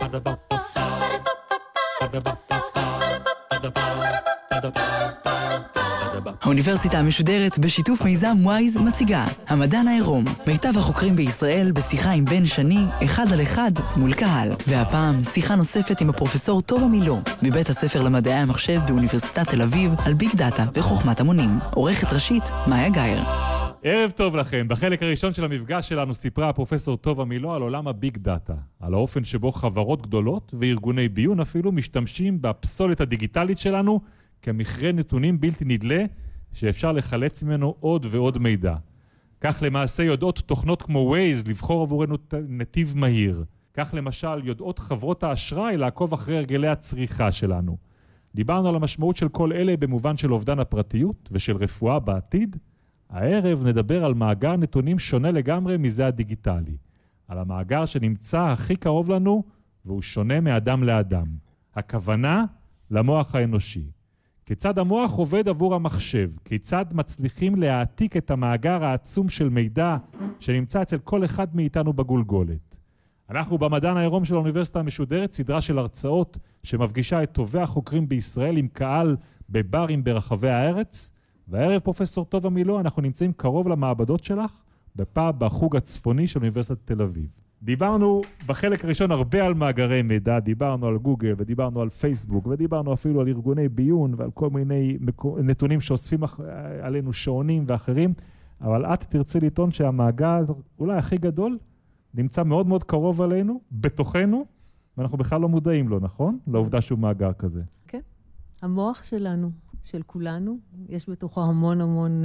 האוניברסיטה המשודרת בשיתוף מיזם וויז מציגה המדען העירום, מיטב החוקרים בישראל בשיחה עם בן שני, אחד על אחד מול קהל. והפעם שיחה נוספת עם הפרופסור טובה מילו מבית הספר למדעי המחשב באוניברסיטת תל אביב על ביג דאטה וחוכמת המונים. עורכת ראשית מאיה גייר. ערב טוב לכם. בחלק הראשון של המפגש שלנו סיפרה הפרופסור טובה מילו על עולם הביג דאטה, על האופן שבו חברות גדולות וארגוני ביון אפילו משתמשים בפסולת הדיגיטלית שלנו כמכרה נתונים בלתי נדלה שאפשר לחלץ ממנו עוד ועוד מידע. כך למעשה יודעות תוכנות כמו ווייז לבחור עבורנו נתיב מהיר. כך למשל יודעות חברות האשראי לעקוב אחרי הרגלי הצריכה שלנו. דיברנו על המשמעות של כל אלה במובן של אובדן הפרטיות ושל רפואה בעתיד. הערב נדבר על מאגר נתונים שונה לגמרי מזה הדיגיטלי. על המאגר שנמצא הכי קרוב לנו והוא שונה מאדם לאדם. הכוונה למוח האנושי. כיצד המוח עובד עבור המחשב? כיצד מצליחים להעתיק את המאגר העצום של מידע שנמצא אצל כל אחד מאיתנו בגולגולת? אנחנו במדען העירום של האוניברסיטה המשודרת, סדרה של הרצאות שמפגישה את טובי החוקרים בישראל עם קהל בברים ברחבי הארץ. והערב פרופסור טובה מילו, אנחנו נמצאים קרוב למעבדות שלך, בפאב בחוג הצפוני של אוניברסיטת תל אביב. דיברנו בחלק הראשון הרבה על מאגרי מידע, דיברנו על גוגל ודיברנו על פייסבוק ודיברנו אפילו על ארגוני ביון ועל כל מיני נתונים שאוספים עלינו שעונים ואחרים, אבל את תרצי לטעון שהמאגר אולי הכי גדול נמצא מאוד מאוד קרוב עלינו, בתוכנו, ואנחנו בכלל לא מודעים לו, נכון? לעובדה שהוא מאגר כזה. כן, המוח שלנו, של כולנו, יש בתוכו המון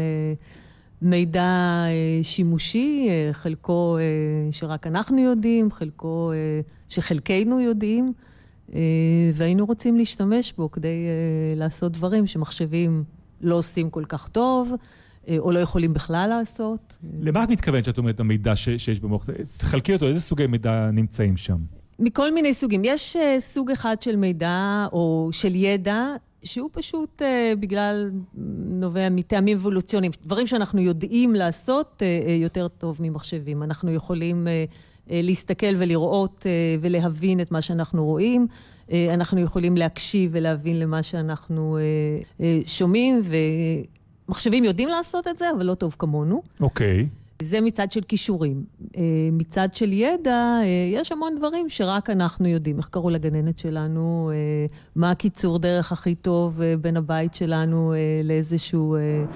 מידע שימושי, חלקו שרק אנחנו יודעים, חלקו שחלקנו יודעים, והיינו רוצים להשתמש בו כדי לעשות דברים שמחשבים לא עושים כל כך טוב, או לא יכולים בכלל לעשות. למה את מתכוונת שאת אומרת המידע שיש במוח? תחלקי אותו, איזה סוגי מידע נמצאים שם? מכל מיני סוגים. יש סוג אחד של מידע או של ידע, שהוא פשוט בגלל נובע מטעמים אבולוציוניים, דברים שאנחנו יודעים לעשות יותר טוב ממחשבים. אנחנו יכולים להסתכל ולראות ולהבין את מה שאנחנו רואים, אנחנו יכולים להקשיב ולהבין למה שאנחנו שומעים, ומחשבים יודעים לעשות את זה, אבל לא טוב כמונו. אוקיי. זה מצד של כישורים. מצד של ידע, יש המון דברים שרק אנחנו יודעים. איך קראו לגננת שלנו, מה הקיצור דרך הכי טוב בין הבית שלנו לאיזשהו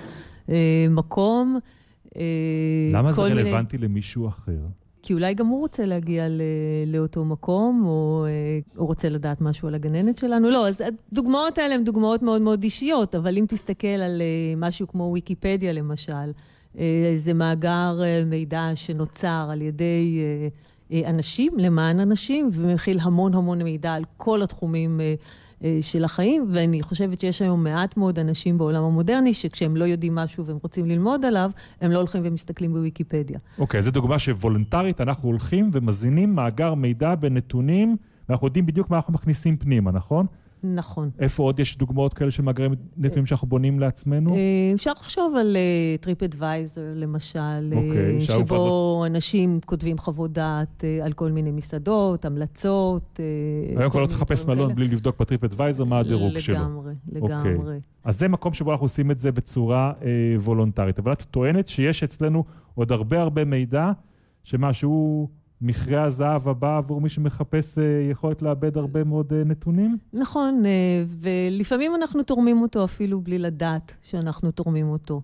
מקום. למה זה רלוונטי למישהו אחר? כי אולי גם הוא רוצה להגיע לאותו מקום, או רוצה לדעת משהו על הגננת שלנו. לא, אז הדוגמאות האלה הן דוגמאות מאוד מאוד אישיות, אבל אם תסתכל על משהו כמו ויקיפדיה למשל, זה מאגר מידע שנוצר על ידי אנשים, למען אנשים, ומכיל המון מידע על כל התחומים של החיים, ואני חושבת שיש היום מעט מאוד אנשים בעולם המודרני, שכשהם לא יודעים משהו והם רוצים ללמוד עליו, הם לא הולכים ומסתכלים בוויקיפדיה. אוקיי, זו דוגמה שוולונטרית, אנחנו הולכים ומזינים מאגר מידע בנתונים, ואנחנו יודעים בדיוק מה אנחנו מכניסים פנימה, נכון? נכון. איפה עוד יש דוגמאות כאלה של מאגרי נתונים שאנחנו בונים לעצמנו? אפשר לחשוב על TripAdvisor למשל, שבו אנשים כותבים חוות דעת על כל מיני מסעדות, המלצות. היום כבר לא תחפש מלון בלי לבדוק ב-TripAdvisor מה הדירוג שלו. לגמרי. אז זה מקום שבו אנחנו עושים את זה בצורה וולונטרית. אבל את טוענת שיש אצלנו עוד הרבה מידע, שמשהו מכרה הזהב הבא עבור מי שמחפש יכולת לאבד הרבה מאוד נתונים? נכון, ולפעמים אנחנו תורמים אותו אפילו בלי לדעת שאנחנו תורמים אותו.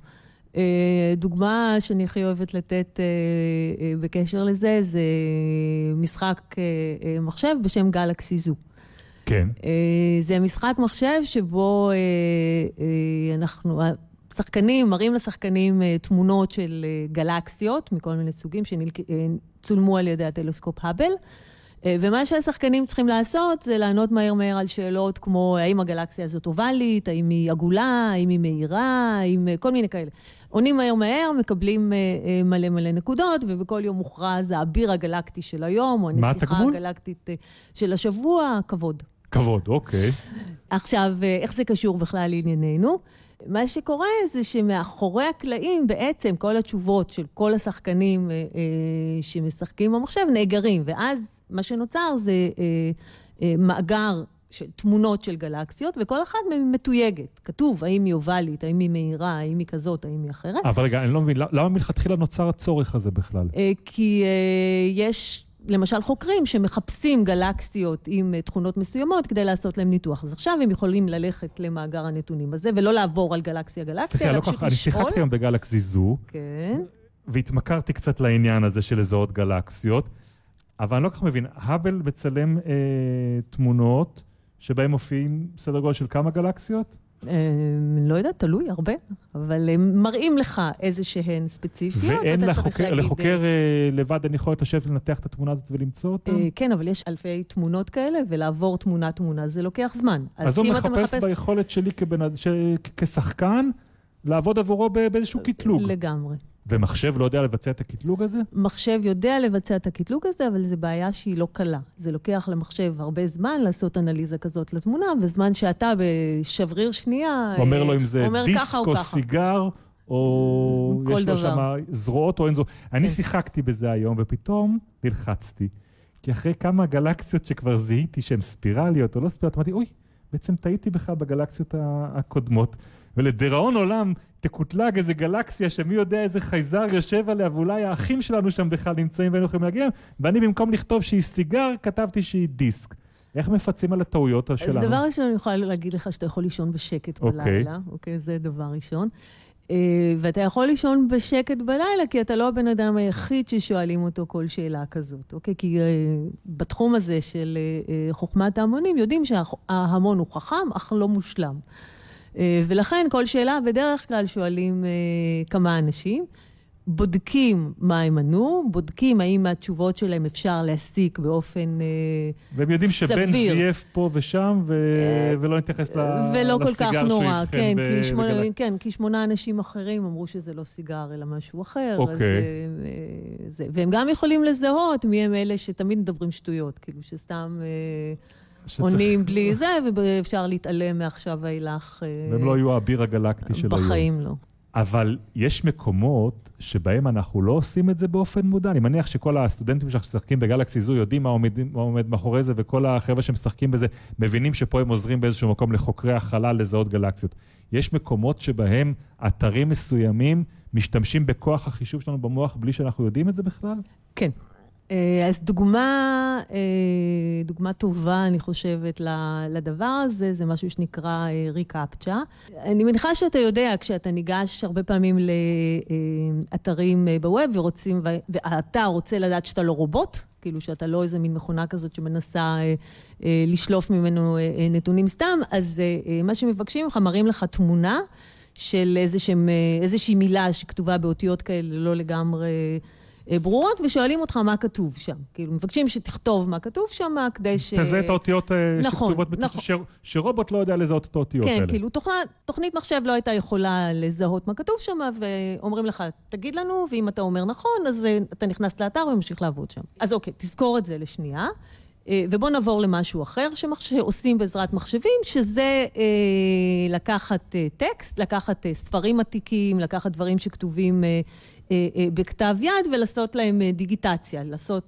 דוגמה שאני הכי אוהבת לתת בקשר לזה, זה משחק מחשב בשם גלקסי זו. כן. זה משחק מחשב שבו אנחנו שחקנים, מראים לשחקנים תמונות של גלקסיות מכל מיני סוגים שצולמו על ידי הטלסקופ האבל, ומה שהשחקנים צריכים לעשות זה לענות מהר על שאלות כמו האם הגלקסיה הזאת אובלית, האם היא עגולה, האם היא מהירה, האם כל מיני כאלה. עונים מהר, מקבלים מלא נקודות, ובכל יום מוכרז האביר הגלקטי של היום, או הנסיכה הגלקטית של השבוע, כבוד. כבוד, אוקיי. עכשיו, איך זה קשור בכלל לענייננו? מה שקורה זה שמאחורי הקלעים בעצם כל התשובות של כל השחקנים שמשחקים במחשב נאגרים, ואז מה שנוצר זה מאגר של תמונות של גלקסיות, וכל אחת מהן מתויגת. כתוב, האם היא אובלית, האם היא מהירה, האם היא כזאת, האם היא אחרת. אבל רגע, אני לא מבין, למה מלכתחילה נוצר הצורך הזה בכלל? כי יש, למשל, חוקרים שמחפשים גלקסיות עם תכונות מסוימות כדי לעשות להם ניתוח. אז עכשיו הם יכולים ללכת למאגר הנתונים הזה, ולא לעבור על גלקסיה, סליחה, לא ככה, אני שיחקתי היום בגלקסי זו, כן. והתמכרתי קצת לעניין הזה של לזהות גלקסיות, אבל אני לא כך מבין, האבל מצלם תמונות שבהם מופיעים סדר גודל של כמה גלקסיות? לא יודעת, תלוי, הרבה, אבל הם מראים לך איזה שהן ספציפיות. ואין לחוקר לבד, אני יכול לשבת לנתח את התמונה הזאת ולמצוא אותה? כן, אבל יש אלפי תמונות כאלה, ולעבור תמונה זה לוקח זמן. אז הוא מחפש ביכולת שלי כשחקן, לעבוד עבורו באיזשהו קטלוג. לגמרי. ומחשב לא יודע לבצע את הקטלוג הזה? מחשב יודע לבצע את הקטלוג הזה, אבל זו בעיה שהיא לא קלה. זה לוקח למחשב הרבה זמן לעשות אנליזה כזאת לתמונה, וזמן שאתה בשבריר שנייה אומר לו אם זה דיסק או סיגר, או יש לו שם זרועות או אין זרועות. אני שיחקתי בזה היום, ופתאום נלחצתי. כי אחרי כמה גלקסיות שכבר זיהיתי שהן ספירליות או לא ספירליות, אמרתי, אוי, בעצם טעיתי בכלל בגלקסיות הקודמות. ולדיראון עולם תקוטלג איזה גלקסיה שמי יודע איזה חייזר יושב עליה, ואולי האחים שלנו שם בכלל נמצאים ואין יכולים להגיע, ואני במקום לכתוב שהיא סיגר, כתבתי שהיא דיסק. איך מפצים על הטעויות שלנו? אז דבר ראשון, אני יכולה להגיד לך שאתה יכול לישון בשקט בלילה. אוקיי, זה דבר ראשון. ואתה יכול לישון בשקט בלילה, כי אתה לא הבן אדם היחיד ששואלים אותו כל שאלה כזאת. אוקיי? כי בתחום הזה של חוכמת ההמונים, יודעים שההמון הוא חכם, אך לא מושלם. ולכן כל שאלה בדרך כלל שואלים כמה אנשים, בודקים מה הם ענו, בודקים האם התשובות שלהם אפשר להסיק באופן סביר. והם יודעים שבן זייף פה ושם, ולא נתייחס ולא כל כך נורא, כן, כן, כי 8 אנשים אחרים אמרו שזה לא סיגר, אלא משהו אחר. אוקיי. והם גם יכולים לזהות מי הם אלה שתמיד מדברים שטויות, כאילו שסתם עונים בלי זה, ואפשר להתעלם מעכשיו ואילך. והם לא היו האביר הגלקטי של היום. בחיים לא. אבל יש מקומות שבהם אנחנו לא עושים את זה באופן מודע. אני מניח שכל הסטודנטים שמשחקים בגלקסי זו יודעים מה עומד מאחורי זה, וכל החבר'ה שמשחקים בזה מבינים שפה הם עוזרים באיזשהו מקום לחוקרי החלל לזהות גלקסיות. יש מקומות שבהם אתרים מסוימים משתמשים בכוח החישוב שלנו במוח בלי שאנחנו יודעים את זה בכלל? כן. אז דוגמה טובה, אני חושבת, לדבר הזה, זה משהו שנקרא ריקפצ'ה. אני מניחה שאתה יודע, כשאתה ניגש הרבה פעמים לאתרים בווב ואתה רוצה לדעת שאתה לא רובוט, כאילו שאתה לא איזה מין מכונה כזאת שמנסה לשלוף ממנו נתונים סתם, אז מה שמבקשים לך, מראים לך תמונה של איזושהי מילה שכתובה באותיות כאלה לא לגמרי ברורות, ושואלים אותך מה כתוב שם. כאילו, מבקשים שתכתוב מה כתוב שם, כדי תזהה את האותיות שכתובות שרובוט לא יודע לזהות את האותיות האלה. כן, כאילו, תוכנית מחשב לא הייתה יכולה לזהות מה כתוב שם, ואומרים לך, תגיד לנו, ואם אתה אומר נכון, אז אתה נכנס לאתר וממשיך לעבוד שם. אז אוקיי, תזכור את זה לשנייה, ובוא נעבור למשהו אחר שעושים בעזרת מחשבים, שזה לקחת טקסט, לקחת ספרים עתיקים, לקחת דברים שכתובים בכתב יד ולעשות להם דיגיטציה,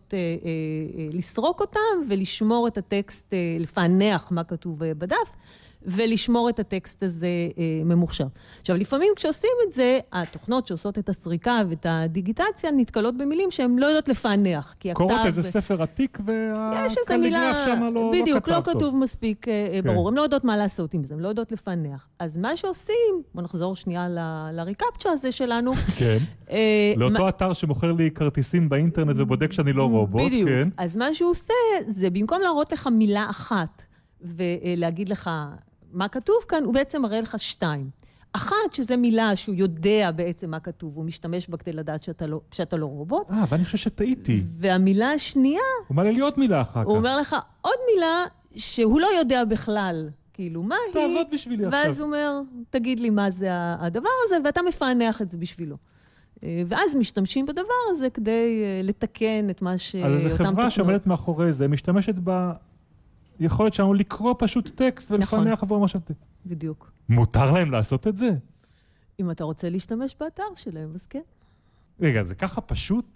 לסרוק אותם ולשמור את הטקסט, לפענח מה כתוב בדף, ולשמור את הטקסט הזה ממוחשב. עכשיו, לפעמים כשעושים את זה, התוכנות שעושות את הסריקה ואת הדיגיטציה נתקלות במילים שהן לא יודעות לפענח. קוראות איזה ספר עתיק והקליגרף שם לא כתב טוב. בדיוק, לא כתוב מספיק ברור. הן לא יודעות מה לעשות עם זה, הן לא יודעות לפענח. אז מה שעושים, בוא נחזור שנייה לריקפצ'ה הזה שלנו. כן. לאותו אתר שמוכר לי כרטיסים באינטרנט ובודק שאני לא רובוט. בדיוק. אז מה שהוא עושה, זה במקום להראות לך מילה אחת ולהגיד לך מה כתוב כאן, הוא בעצם מראה לך 2. אחת, שזו מילה שהוא יודע בעצם מה כתוב, הוא משתמש בה כדי לדעת שאתה לא רובוט. ואני חושב שטעיתי. והמילה השנייה, הוא אומר לי עוד מילה אחר כך. הוא אומר לך עוד מילה שהוא לא יודע בכלל, כאילו, מה היא? תעבוד בשבילי עכשיו. ואז הוא אומר, תגיד לי מה זה הדבר הזה, ואתה מפענח את זה בשבילו. ואז משתמשים בדבר הזה כדי לתקן את מה שאותם תוכנות. אז זו חברה שעומדת מאחורי זה, משתמשת יכולת שלנו לקרוא פשוט טקסט ולפענח עבור מה שאתה. בדיוק. מותר להם לעשות את זה? אם אתה רוצה להשתמש באתר שלהם, אז כן. רגע, זה ככה פשוט?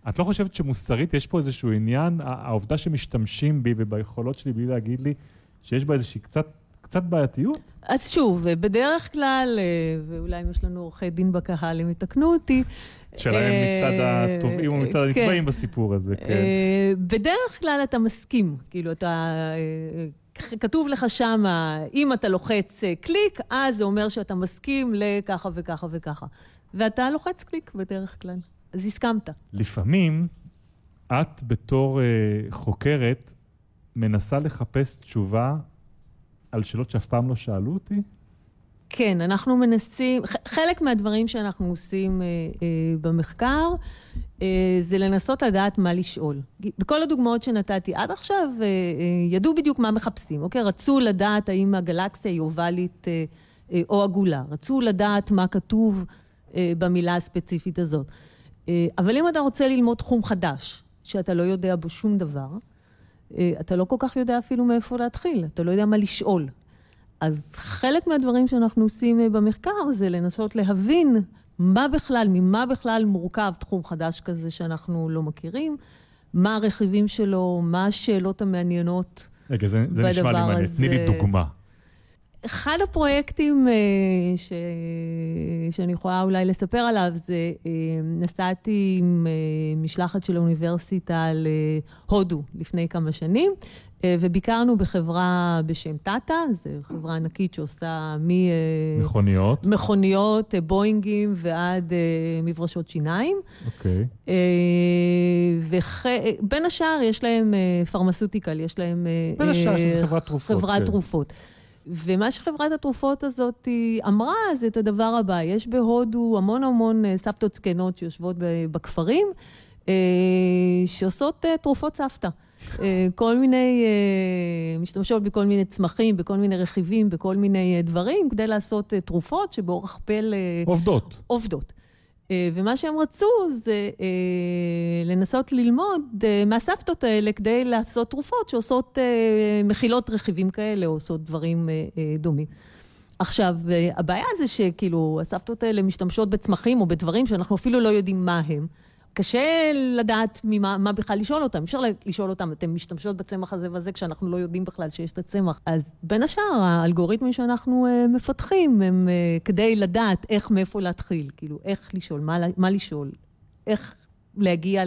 את לא חושבת שמוסרית יש פה איזשהו עניין, העובדה שמשתמשים בי וביכולות שלי בלי להגיד לי שיש בה איזושהי קצת בעייתיות? אז שוב, בדרך כלל, ואולי אם יש לנו עורכי דין בקהל, הם יתקנו אותי. שלהם מצד הטובים או מצד הנתבעים בסיפור הזה, כן. בדרך כלל אתה מסכים, כאילו אתה... כתוב לך שם, אם אתה לוחץ קליק, אז זה אומר שאתה מסכים לככה וככה וככה. ואתה לוחץ קליק בדרך כלל. אז הסכמת. לפעמים, את בתור חוקרת, מנסה לחפש תשובה על שאלות שאף פעם לא שאלו אותי? כן, אנחנו מנסים, חלק מהדברים שאנחנו עושים במחקר, זה לנסות לדעת מה לשאול. בכל הדוגמאות שנתתי עד עכשיו, ידעו בדיוק מה מחפשים, אוקיי? רצו לדעת האם הגלקסיה היא אובלית או עגולה. רצו לדעת מה כתוב במילה הספציפית הזאת. אבל אם אתה רוצה ללמוד תחום חדש, שאתה לא יודע בו שום דבר, אתה לא כל כך יודע אפילו מאיפה להתחיל, אתה לא יודע מה לשאול. אז חלק מהדברים שאנחנו עושים במחקר זה לנסות להבין ממה בכלל מורכב תחום חדש כזה שאנחנו לא מכירים, מה הרכיבים שלו, מה השאלות המעניינות בדבר הזה. רגע, זה נשמע לי מעניין, תני לי דוגמה. אחד הפרויקטים שאני יכולה אולי לספר עליו זה, נסעתי עם משלחת של האוניברסיטה להודו לפני כמה שנים, וביקרנו בחברה בשם טאטה, זו חברה ענקית שעושה מכוניות, בוינגים ועד מברשות שיניים. אוקיי. ובין השאר יש להם פרמסוטיקל, יש להם... בין השאר שזה חברת תרופות. חברת תרופות. ומה שחברת התרופות הזאת אמרה, זה את הדבר הבא. יש בהודו המון סבתות זקנות שיושבות בכפרים, שעושות תרופות סבתא. כל מיני, משתמשות בכל מיני צמחים, בכל מיני רכיבים, בכל מיני דברים, כדי לעשות תרופות שבאורח פל... עובדות. ומה שהם רצו זה לנסות ללמוד מהסבתות האלה כדי לעשות תרופות שעושות מכילות רכיבים כאלה או עושות דברים דומים. עכשיו, הבעיה זה שכאילו הסבתות האלה משתמשות בצמחים או בדברים שאנחנו אפילו לא יודעים מה הם. קשה לדעת מה בכלל לשאול אותם. אפשר לשאול אותם, אתם משתמשות בצמח הזה וזה כשאנחנו לא יודעים בכלל שיש את הצמח. אז בין השאר, האלגוריתמים שאנחנו מפתחים הם כדי לדעת איך מאיפה להתחיל, כאילו איך לשאול, מה לשאול, איך להגיע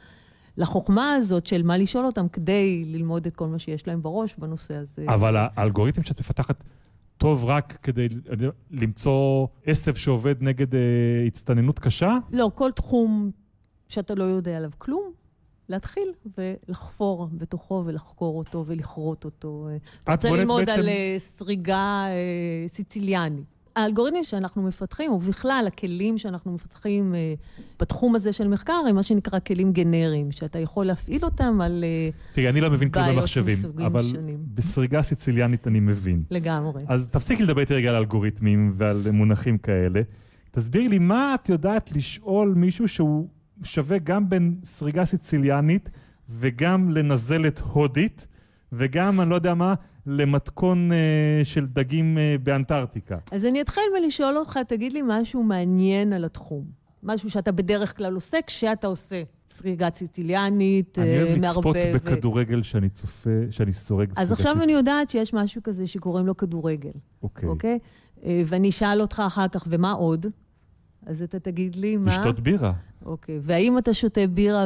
לחוכמה הזאת של מה לשאול אותם כדי ללמוד את כל מה שיש להם בראש בנושא הזה. אבל האלגוריתם שאת מפתחת טוב רק כדי למצוא עשב שעובד נגד הצטננות קשה? לא, כל תחום שאתה לא יודע עליו כלום, להתחיל ולחפור בתוכו ולחקור אותו ולכרות אותו. אתה רוצה ללמוד בעצם... על סריגה סיציליאנית. האלגוריתמים שאנחנו מפתחים, ובכלל הכלים שאנחנו מפתחים בתחום הזה של מחקר, הם מה שנקרא כלים גנריים, שאתה יכול להפעיל אותם על תראי, אני לא מבין כלום במחשבים, אבל שונים. בסריגה סיציליאנית אני מבין. לגמרי. אז תפסיקי לדבר איתי רגע על אלגוריתמים ועל מונחים כאלה. תסבירי לי מה את יודעת לשאול מישהו שהוא שווה גם בין סריגה סיציליאנית וגם לנזלת הודית, וגם, אני לא יודע מה, למתכון של דגים באנטארקטיקה. אז אני אתחיל ולשאול אותך, תגיד לי משהו מעניין על התחום. משהו שאתה בדרך כלל עושה כשאתה עושה סריגה סיציליאנית, אני אוהב לצפות בכדורגל שאני סורג. אז עכשיו אני יודעת שיש משהו כזה שקוראים לו כדורגל. אוקיי? ואני אשאל אותך אחר כך, ומה עוד? אז אתה תגיד לי מה... לשתות בירה. אוקיי, והאם אתה שותה בירה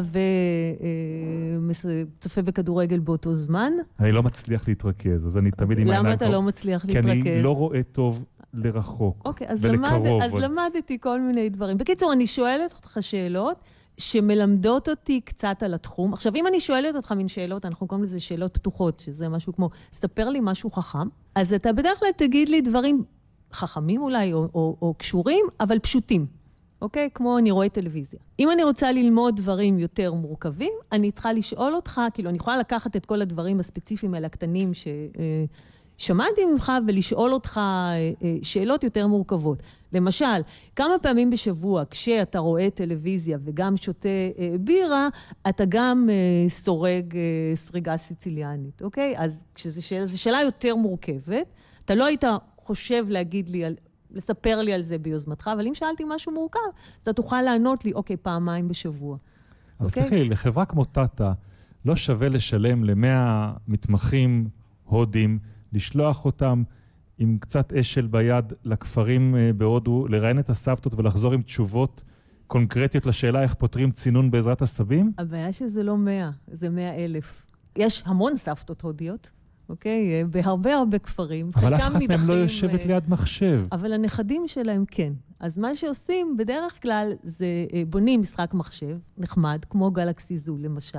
וצופה בכדורגל באותו זמן? אני לא מצליח להתרכז, אז אני תמיד עם העיניים... למה אתה לא מצליח להתרכז? כי אני לא רואה טוב לרחוק ולקרוב. אז למדתי כל מיני דברים. בקיצור, אני שואלת אותך שאלות שמלמדות אותי קצת על התחום. עכשיו, אם אני שואלת אותך מן שאלות, אנחנו קוראים לזה שאלות פתוחות, שזה משהו כמו, ספר לי משהו חכם, אז אתה בדרך כלל תגיד לי דברים חכמים אולי, או קשורים, אבל פשוטים. אוקיי? כמו אני רואה טלוויזיה. אם אני רוצה ללמוד דברים יותר מורכבים, אני צריכה לשאול אותך, כאילו אני יכולה לקחת את כל הדברים הספציפיים האלה הקטנים ששמעתי ממך ולשאול אותך שאלות יותר מורכבות. למשל, כמה פעמים בשבוע כשאתה רואה טלוויזיה וגם שותה בירה, אתה גם סורג סריגה סיציליאנית, אוקיי? אז זו שאלה יותר מורכבת, אתה לא היית חושב להגיד לי לספר לי על זה ביוזמתך, אבל אם שאלתי משהו מורכב, אז אתה תוכל לענות לי, אוקיי, פעמיים בשבוע. אבל סליחי, לחברה כמו טאטה, לא שווה לשלם ל100 מתמחים הודים, לשלוח אותם עם קצת אשל ביד לכפרים בהודו, לראיין את הסבתות ולחזור עם תשובות קונקרטיות לשאלה איך פותרים צינון בעזרת הסבים? הבעיה שזה לא 100, זה 100,000. יש המון סבתות הודיות, אוקיי? בהרבה הרבה כפרים. אבל אף אחד מהם לא יושבת ליד מחשב. אבל הנכדים שלהם כן. אז מה שעושים בדרך כלל זה בונים משחק מחשב נחמד, כמו גלקסי זו למשל,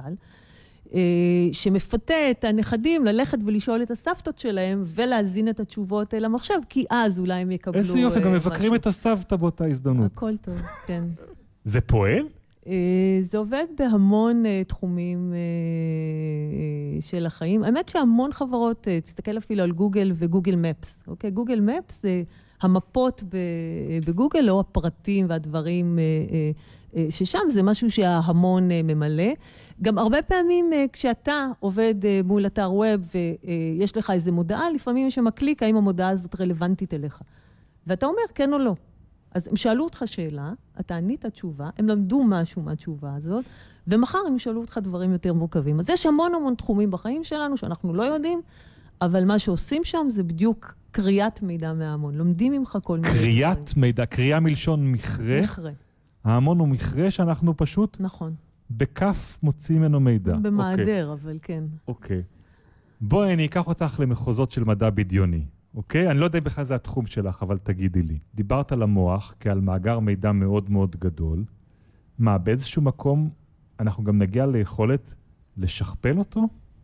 שמפתה את הנכדים ללכת ולשאול את הסבתות שלהם ולהזין את התשובות אל המחשב, כי אז אולי הם יקבלו איזה יופי, גם מבקרים את הסבתא באותה הזדמנות. הכל טוב, כן. זה פועל? זה עובד בהמון תחומים של החיים. האמת שהמון חברות, תסתכל אפילו על גוגל וגוגל מפס. אוקיי? גוגל מפס זה המפות בגוגל, לא הפרטים והדברים ששם, זה משהו שההמון ממלא. גם הרבה פעמים כשאתה עובד מול אתר ווב ויש לך איזו מודעה, לפעמים יש שם קליק האם המודעה הזאת רלוונטית אליך. ואתה אומר כן או לא. אז הם שאלו אותך שאלה, אתה ענית תשובה, הם למדו משהו מהתשובה הזאת, ומחר הם שאלו אותך דברים יותר מורכבים. אז יש המון תחומים בחיים שלנו שאנחנו לא יודעים, אבל מה שעושים שם זה בדיוק קריאת מידע מההמון. לומדים ממך כל מיני דברים. קריאת מידע, קריאה מלשון מכרה. מכרה. ההמון הוא מכרה שאנחנו פשוט... נכון. בכף מוצאים ממנו מידע. במעדר, אבל כן. אוקיי. בואי, אני אקח אותך למחוזות של מדע בדיוני. אוקיי? אני לא יודע בכלל זה התחום שלך, אבל תגידי לי. דיברת על המוח כעל מאגר מידע מאוד מאוד גדול. מה, באיזשהו מקום אנחנו גם נגיע ליכולת לשכפל אותו?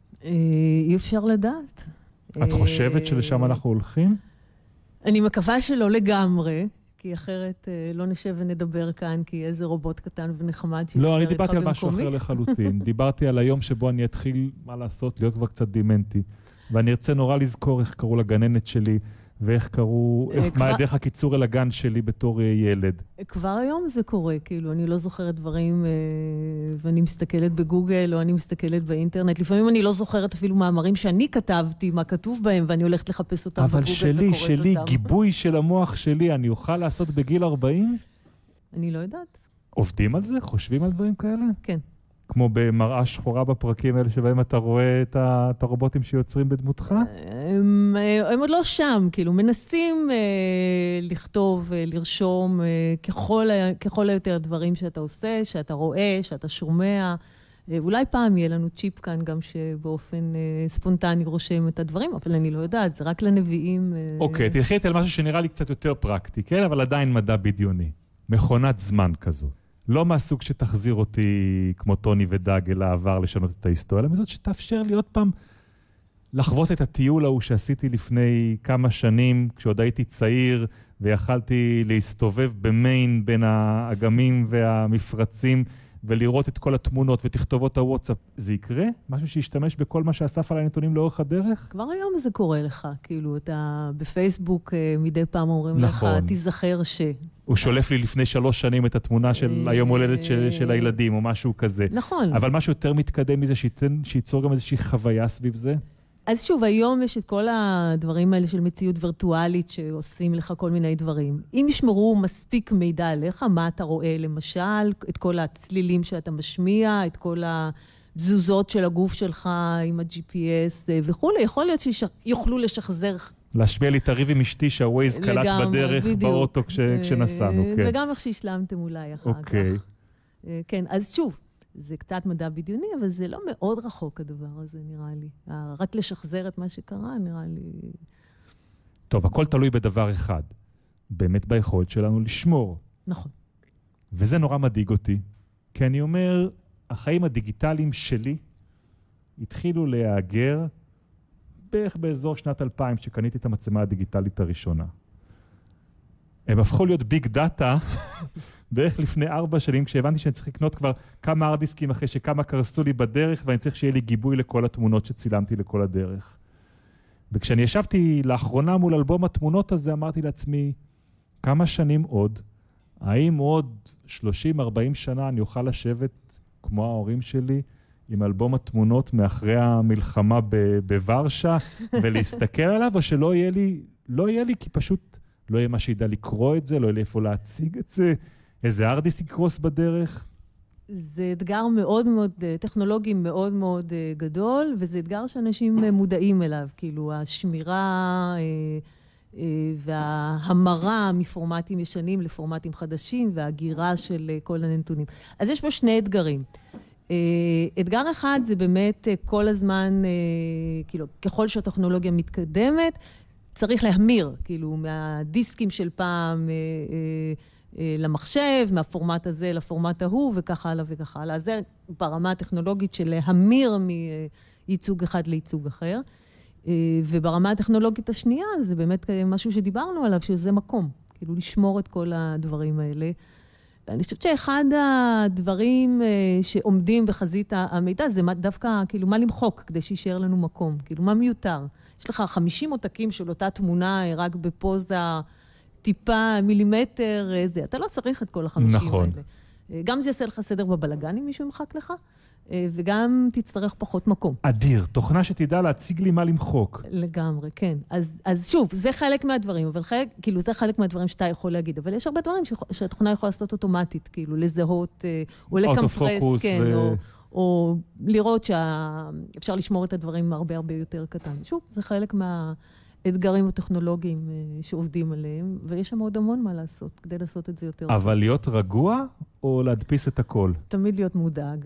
אי אפשר לדעת. את חושבת שלשם אנחנו הולכים? אני מקווה שלא לגמרי, כי אחרת לא נשב ונדבר כאן, כי איזה רובוט קטן ונחמד שידבר איתך במקומי. לא, אני דיברתי על משהו אחר לחלוטין. דיברתי על היום שבו אני אתחיל, מה לעשות, להיות כבר קצת דימנטי. ואני ארצה נורא לזכור איך קראו לגננת שלי, ואיך קראו, מה הדרך הקיצור אל הגן שלי בתור ילד. כבר היום זה קורה, כאילו, אני לא זוכרת דברים, ואני מסתכלת בגוגל, או אני מסתכלת באינטרנט. לפעמים אני לא זוכרת אפילו מאמרים שאני כתבתי, מה כתוב בהם, ואני הולכת לחפש אותם בגוגל וקוראת אותם. אבל שלי, גיבוי של המוח שלי, אני אוכל לעשות בגיל 40? אני לא יודעת. עובדים על זה? חושבים על דברים כאלה? כן. כמו במראה שחורה בפרקים האלה שבהם אתה רואה את הרובוטים שיוצרים בדמותך? הם עוד לא שם, כאילו, מנסים לכתוב, לרשום ככל היותר דברים שאתה עושה, שאתה רואה, שאתה שומע. אולי פעם יהיה לנו צ'יפ כאן גם שבאופן ספונטני רושם את הדברים, אבל אני לא יודעת, זה רק לנביאים. אוקיי, תלכי על משהו שנראה לי קצת יותר פרקטי, כן? אבל עדיין מדע בדיוני. מכונת זמן כזאת. לא מהסוג שתחזיר אותי כמו טוני ודג אל העבר לשנות את ההיסטוריה, אלא מזאת שתאפשר לי עוד פעם לחוות את הטיול ההוא שעשיתי לפני כמה שנים, כשעוד הייתי צעיר ויכלתי להסתובב במיין בין האגמים והמפרצים, ולראות את כל התמונות ותכתובות הוואטסאפ. זה יקרה? משהו שישתמש בכל מה שאסף על הנתונים לאורך הדרך? כבר היום זה קורה לך, כאילו, אתה בפייסבוק מדי פעם אומרים לך, תיזכר ש... הוא שולף לי לפני 3 שנים את התמונה של היום הולדת של הילדים, או משהו כזה. נכון. אבל משהו יותר מתקדם מזה, שייצור גם איזושהי חוויה סביב זה? אז שוב, היום יש את כל הדברים האלה של מציאות וירטואלית שעושים לך כל מיני דברים. אם ישמרו מספיק מידע עליך, מה אתה רואה למשל, את כל הצלילים שאתה משמיע, את כל התזוזות של הגוף שלך עם ה-GPS וכו', יכול להיות שיוכלו לשחזר. להשמיע לי תריב עם אשתי שהווייז קלט בדרך באוטו כשנסענו, כן. וגם איך שהשלמתם אולי אחר כך. אוקיי. כן, אז שוב. זה קצת מדע בדיוני, אבל זה לא מאוד רחוק הדבר הזה, נראה לי. רק לשחזר את מה שקרה, נראה לי... טוב, הכל תלוי בדבר אחד. באמת ביכולת שלנו לשמור. נכון. וזה נורא מדאיג אותי. כי אני אומר, החיים הדיגיטליים שלי התחילו להיאגר בערך באזור שנת 2000, שקניתי את המצלמה הדיגיטלית הראשונה. הם הפכו להיות ביג דאטה, בערך לפני 4 שנים, כשהבנתי שאני צריך לקנות כבר כמה ארדיסקים אחרי שכמה קרסו לי בדרך, ואני צריך שיהיה לי גיבוי לכל התמונות שצילמתי לכל הדרך. וכשאני ישבתי לאחרונה מול אלבום התמונות הזה, אמרתי לעצמי, כמה שנים עוד? האם עוד 30-40 שנה אני אוכל לשבת כמו ההורים שלי, עם אלבום התמונות מאחרי המלחמה בוורשה, ולהסתכל עליו, או שלא יהיה לי, לא יהיה לי, כי פשוט לא יהיה מה שידע לקרוא את זה, לא יהיה לי איפה להציג את זה, איזה ארדיס יקרוס בדרך. זה אתגר מאוד מאוד, טכנולוגי מאוד מאוד גדול, וזה אתגר שאנשים מודעים אליו, כאילו השמירה וההמרה מפורמטים ישנים לפורמטים חדשים, והגירה של כל הנתונים. אז יש פה שני אתגרים. אתגר אחד זה באמת כל הזמן, כאילו, ככל שהטכנולוגיה מתקדמת, צריך להמיר, כאילו, מהדיסקים של פעם למחשב, מהפורמט הזה לפורמט ההוא, וכך הלאה וכך הלאה. אז זה ברמה הטכנולוגית של להמיר מייצוג אחד לייצוג אחר. וברמה הטכנולוגית השנייה, זה באמת משהו שדיברנו עליו, שזה מקום, כאילו, לשמור את כל הדברים האלה. אני חושבת שאחד הדברים שעומדים בחזית המידע, זה דווקא, כאילו, מה למחוק כדי שישאר לנו מקום, כאילו, מה מיותר. יש לך 50 עותקים של אותה תמונה, רק בפוזה טיפה מילימטר, זה. אתה לא צריך את כל ה-50 נכון. האלה. גם זה יעשה לך סדר בבלגן אם מישהו ימחק לך, וגם תצטרך פחות מקום. אדיר, תוכנה שתדע להציג לי מה למחוק. לגמרי, כן. אז שוב, זה חלק מהדברים, אבל כאילו, זה חלק מהדברים שאתה יכול להגיד, אבל יש הרבה דברים שהתוכנה יכולה לעשות אוטומטית, כאילו, לזהות, או לקמפרס, כן, או לראות שאפשר לשמור את הדברים הרבה הרבה יותר קטן. שוב, זה חלק מהאתגרים הטכנולוגיים שעובדים עליהם, ויש שם עוד המון מה לעשות, כדי לעשות את זה יותר. אבל להיות רגוע, או להדפיס את הכל? תמיד להיות מודאג.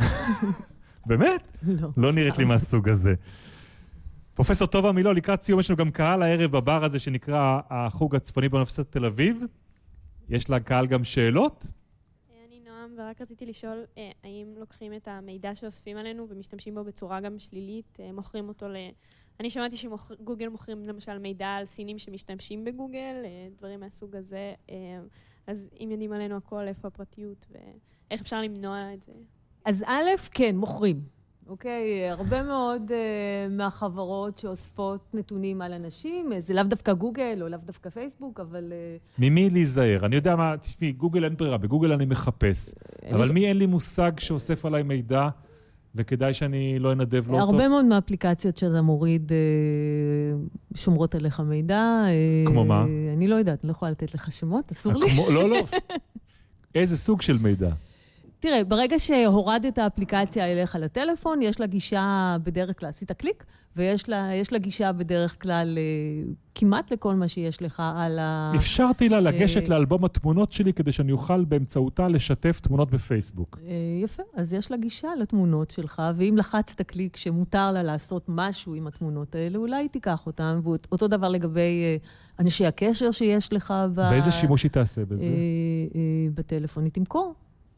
באמת? לא נראית לי מהסוג הזה. פרופסור טובה מילוא, לקראת סיום יש לנו גם קהל הערב בבר הזה שנקרא החוג הצפוני באוניברסיטת תל אביב. יש לקהל גם שאלות? אני נועם, ורק רציתי לשאול האם לוקחים את המידע שאוספים עלינו ומשתמשים בו בצורה גם שלילית, מוכרים אותו אני שמעתי שגוגל מוכרים למשל מידע על סינים שמשתמשים בגוגל, דברים מהסוג הזה, אז אם יודעים עלינו הכל, איפה הפרטיות ואיך אפשר למנוע את זה? אז א', כן, מוכרים. אוקיי? הרבה מאוד מהחברות שאוספות נתונים על אנשים, זה לאו דווקא גוגל או לאו דווקא פייסבוק, אבל... ממי להיזהר? אני יודע מה, תשמעי, גוגל אין ברירה, בגוגל אני מחפש. אבל מי אין לי מושג שאוסף עליי מידע, וכדאי שאני לא אנדב לו אותו? הרבה מאוד מהאפליקציות שאתה מוריד שומרות עליך מידע. כמו מה? אני לא יודעת, אני לא יכולה לתת לך שמות, אסור לי. לא, לא. איזה סוג של מידע? תראה, ברגע שהורדת את האפליקציה אליך לטלפון, יש לה גישה בדרך כלל, עשית קליק, ויש לה גישה בדרך כלל כמעט לכל מה שיש לך על ה... אפשרתי לה לגשת לאלבום התמונות שלי, כדי שאני אוכל באמצעותה לשתף תמונות בפייסבוק. יפה, אז יש לה גישה לתמונות שלך, ואם לחצת קליק שמותר לה לעשות משהו עם התמונות האלה, אולי היא תיקח אותם, ואותו דבר לגבי אנשי הקשר שיש לך ואיזה שימוש היא תעשה בזה? בטלפון, היא תמכור.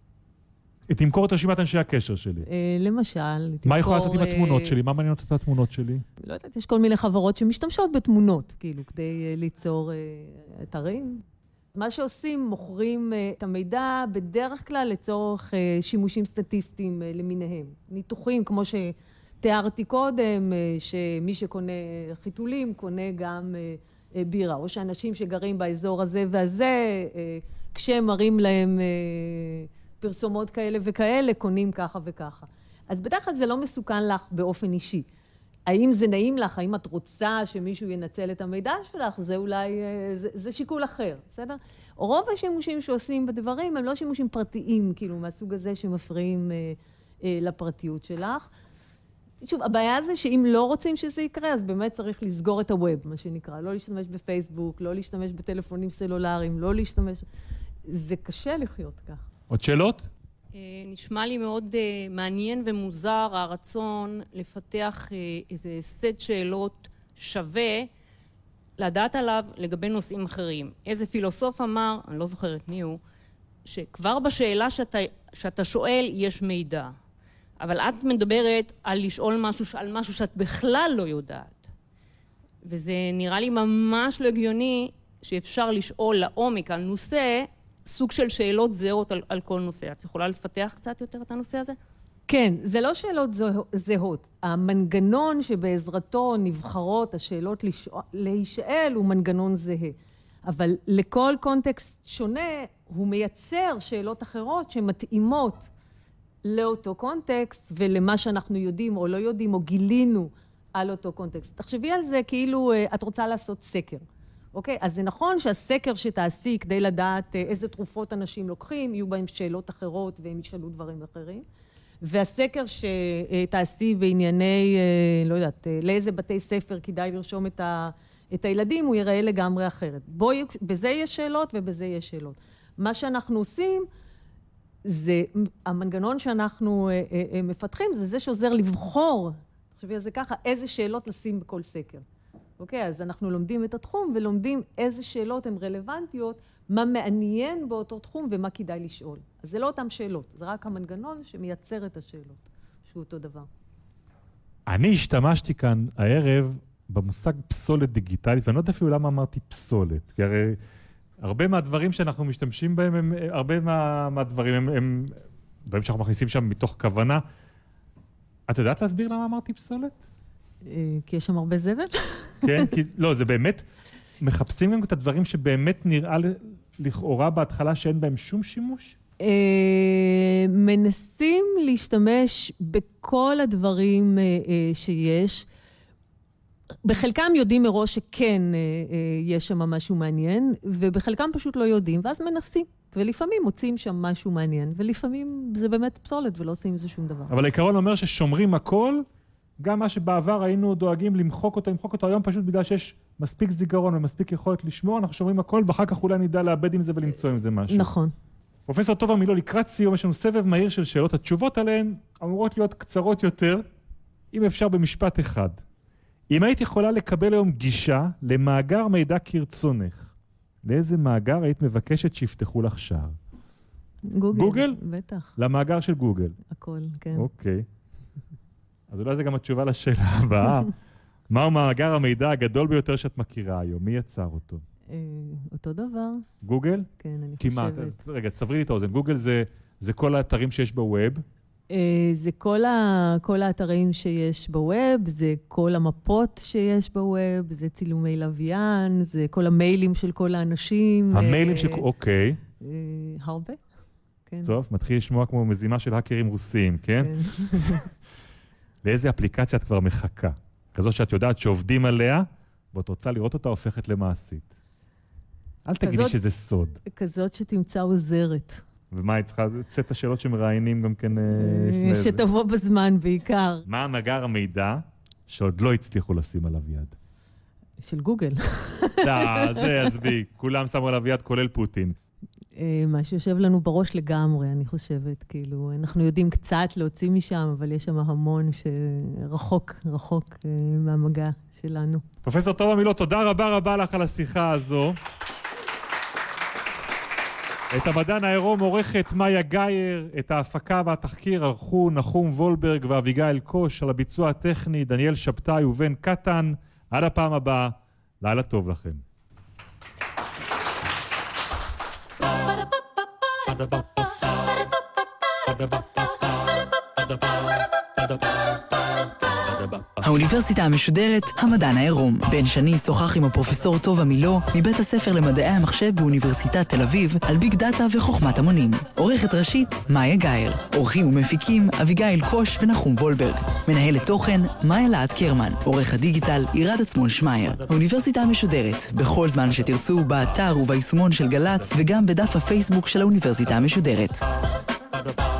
היא תמכור את רשימת אנשי הקשר שלי. למשל, היא תמכור... מה היא יכולה לעשות עם התמונות שלי? מה מעניינות את התמונות שלי? לא יודעת, יש כל מיני חברות שמשתמשות בתמונות, כאילו, כדי ליצור אתרים. מה שעושים, מוכרים את המידע בדרך כלל לצורך שימושים סטטיסטיים למיניהם. ניתוחים, כמו שתיארתי קודם, שמי שקונה חיתולים, קונה גם בירה, או שאנשים שגרים באזור הזה והזה, כשהם מראים להם... פרסומות כאלה וכאלה, קונים ככה וככה. אז בדרך כלל זה לא מסוכן לך באופן אישי. האם זה נעים לך, האם את רוצה שמישהו ינצל את המידע שלך, זה אולי, זה שיקול אחר, בסדר? רוב השימושים שעושים בדברים הם לא שימושים פרטיים, כאילו, מהסוג הזה שמפריעים לפרטיות שלך. שוב, הבעיה זה שאם לא רוצים שזה יקרה, אז באמת צריך לסגור את הווב, מה שנקרא. לא להשתמש בפייסבוק, לא להשתמש בטלפונים סלולריים, לא להשתמש... זה קשה לחיות כך. עוד שאלות? נשמע לי מאוד מעניין ומוזר הרצון לפתח איזה סט שאלות שווה לדעת עליו לגבי נושאים אחרים. איזה פילוסוף אמר, אני לא זוכרת מי הוא, שכבר בשאלה שאתה שואל יש מידע. אבל את מדברת על לשאול על משהו שאת בכלל לא יודעת. וזה נראה לי ממש לא הגיוני שאפשר לשאול לעומק על נושא סוג של שאלות זהות על כל נושא. את יכולה לפתח קצת יותר את הנושא הזה? כן, זה לא שאלות זהות. המנגנון שבעזרתו נבחרות השאלות להישאל הוא מנגנון זהה. אבל לכל קונטקסט שונה הוא מייצר שאלות אחרות שמתאימות לאותו קונטקסט ולמה שאנחנו יודעים או לא יודעים או גילינו על אותו קונטקסט. תחשבי על זה כאילו את רוצה לעשות סקר. אוקיי? אז זה נכון שהסקר שתעשי כדי לדעת איזה תרופות אנשים לוקחים, יהיו בהם שאלות אחרות והם ישאלו דברים אחרים. והסקר שתעשי בענייני, לא יודעת, לאיזה בתי ספר כדאי לרשום את הילדים, הוא ייראה לגמרי אחרת. בזה יש שאלות ובזה יש שאלות. מה שאנחנו עושים, זה, המנגנון שאנחנו מפתחים, זה שעוזר לבחור, תחשבי על זה ככה, איזה שאלות לשים בכל סקר. אוקיי, אז אנחנו לומדים את התחום ולומדים איזה שאלות הן רלוונטיות, מה מעניין באותו תחום ומה כדאי לשאול. אז זה לא אותם שאלות, זה רק המנגנון שמייצר את השאלות, שהוא אותו דבר. אני השתמשתי כאן הערב במושג פסולת דיגיטלית, ואני לא יודע אפילו למה אמרתי פסולת, כי הרי הרבה מהדברים שאנחנו משתמשים בהם, הרבה מהדברים הם דברים שאנחנו מכניסים שם מתוך כוונה. את יודעת להסביר למה אמרתי פסולת? כי יש שם הרבה זבל? כן, כי לא, זה באמת, מחפשים גם את הדברים שבאמת נראה לכאורה בהתחלה שאין בהם שום שימוש? מנסים להשתמש בכל הדברים שיש. בחלקם יודעים מראש שכן יש שם משהו מעניין, ובחלקם פשוט לא יודעים, ואז מנסים. ולפעמים מוצאים שם משהו מעניין, ולפעמים זה באמת פסולת ולא עושים איזה שום דבר. אבל העיקרון אומר ששומרים הכל, גם מה שבעבר היינו דואגים למחוק אותו היום פשוט בגלל שיש מספיק זיגרון ומספיק יכולת לשמור, אנחנו שומרים הכל, ואחר כך אולי נדע לאבד עם זה ולמצוא עם זה משהו. נכון. פרופסור טובה מילוא, לקראת סיום, יש לנו סבב מהיר של שאלות. התשובות עליהן אמורות להיות קצרות יותר, אם אפשר במשפט אחד. אם היית יכולה לקבל היום גישה למאגר מידע כרצונך, לאיזה מאגר היית מבקשת שיפתחו לך שער? גוגל? גוגל? בטח. למאגר של גוגל. הכל, כן. אוקיי. אז אולי זה גם התשובה לשאלה הבאה. מהו מאגר המידע הגדול ביותר שאת מכירה היום? מי יצר אותו? אותו דבר. גוגל? כן, אני כמעט. חושבת. רגע, תסברי לי את האוזן. גוגל זה כל האתרים שיש בווב? זה כל האתרים שיש בווב, זה כל המפות שיש בווב, זה צילומי לוויין, זה כל המיילים של כל האנשים. המיילים של... אוקיי. הרבה, כן. טוב, מתחיל לשמוע כמו מזימה של האקרים רוסיים, כן? לאיזה אפליקציה את כבר מחכה? כזו שאת יודעת שעובדים עליה, ואת רוצה לראות אותה הופכת למעשית. אל תגידי שזה סוד. כזאת שתמצא עוזרת. ומה, היא צריכה לצאת את השאלות שמראיינים גם כן... שתבוא בזמן בעיקר. מה מאגר המידע שעוד לא הצליחו לשים עליו יד? של גוגל. זה עזבי, כולם שמו עליו יד, כולל פוטין. מה שיושב לנו בראש לגמרי, אני חושבת. כאילו, אנחנו יודעים קצת להוציא משם, אבל יש שם המון שרחוק מהמגע שלנו. פרופסור טובה מילוא, תודה רבה לך על השיחה הזו. את המדען העירום עורכת מאיה גייר, את ההפקה והתחקיר ערכו נחום וולברג ואביגיל קוש, על הביצוע הטכני דניאל שבתאי ובן קטן. עד הפעם הבאה, לילה טוב לכם. האוניברסיטה המשודרת, המדען העירום. בן שני שוחח עם הפרופסור טובה מילוא מבית הספר למדעי המחשב באוניברסיטת תל אביב על ביג דאטה וחוכמת המונים. עורכת ראשית, מאיה גייר. עורכים ומפיקים, אביגיל קוש ונחום וולברג. מנהלת תוכן, מאיה להט קרמן. עורך הדיגיטל, עירד עצמון שמייר. האוניברסיטה המשודרת, בכל זמן שתרצו, באתר וביישומון של גלץ, וגם בדף הפייסבוק של האוניברסיטה המשודרת.